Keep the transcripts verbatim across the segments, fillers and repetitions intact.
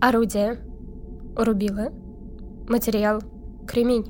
Орудие. Рубила. Материал. Кремень.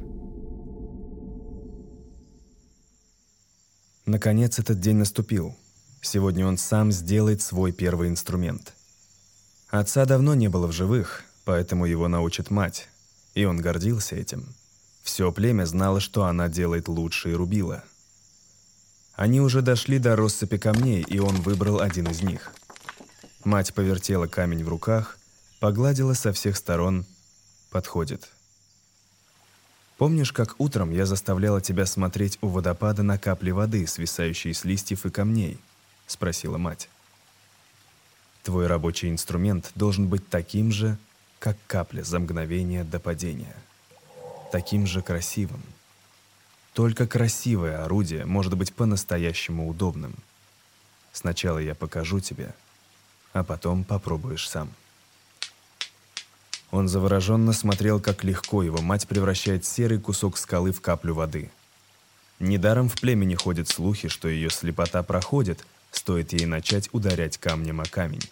Наконец этот день наступил. Сегодня он сам сделает свой первый инструмент. Отца давно не было в живых, поэтому его научит мать. И он гордился этим. Все племя знало, что она делает лучшие рубила. Они уже дошли до россыпи камней, и он выбрал один из них. Мать повертела камень в руках, погладила со всех сторон. Подходит. «Помнишь, как утром я заставляла тебя смотреть у водопада на капли воды, свисающие с листьев и камней?» – спросила мать. «Твой рабочий инструмент должен быть таким же, как капля за мгновение до падения. Таким же красивым. Только красивое орудие может быть по-настоящему удобным. Сначала я покажу тебе, а потом попробуешь сам». Он завороженно смотрел, как легко его мать превращает серый кусок скалы в каплю воды. Недаром в племени ходят слухи, что ее слепота проходит, стоит ей начать ударять камнем о камень.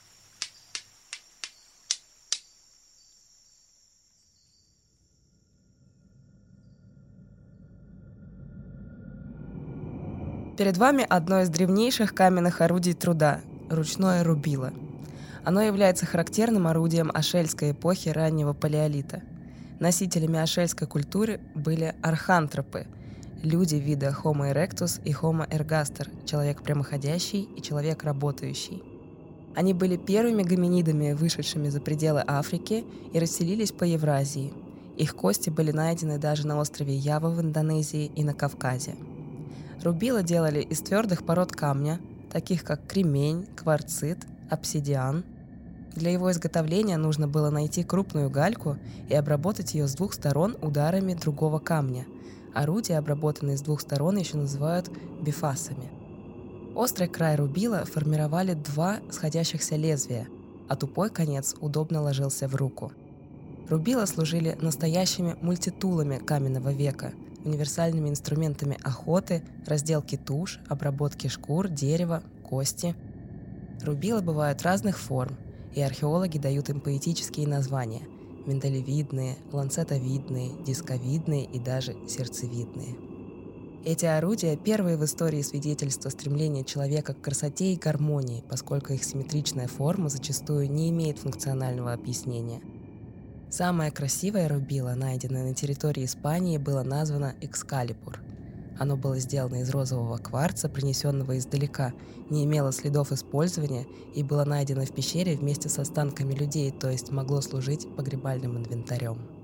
Перед вами одно из древнейших каменных орудий труда – ручное рубило. Оно является характерным орудием ашельской эпохи раннего палеолита. Носителями ашельской культуры были архантропы – люди вида Homo erectus и Homo ergaster – человек прямоходящий и человек работающий. Они были первыми гоминидами, вышедшими за пределы Африки и расселились по Евразии. Их кости были найдены даже на острове Ява в Индонезии и на Кавказе. Рубила делали из твердых пород камня, таких как кремень, кварцит, обсидиан. Для его изготовления нужно было найти крупную гальку и обработать ее с двух сторон ударами другого камня. Орудия, обработанные с двух сторон, еще называют бифасами. Острый край рубила формировали два сходящихся лезвия, а тупой конец удобно ложился в руку. Рубила служили настоящими мультитулами каменного века, универсальными инструментами охоты, разделки туш, обработки шкур, дерева, кости. Рубила бывают разных форм, и археологи дают им поэтические названия – миндалевидные, ланцетовидные, дисковидные и даже сердцевидные. Эти орудия – первые в истории свидетельства стремления человека к красоте и гармонии, поскольку их симметричная форма зачастую не имеет функционального объяснения. Самое красивое рубило, найденное на территории Испании, было названо Экскалибур. Оно было сделано из розового кварца, принесенного издалека, не имело следов использования и было найдено в пещере вместе с останками людей, то есть могло служить погребальным инвентарем.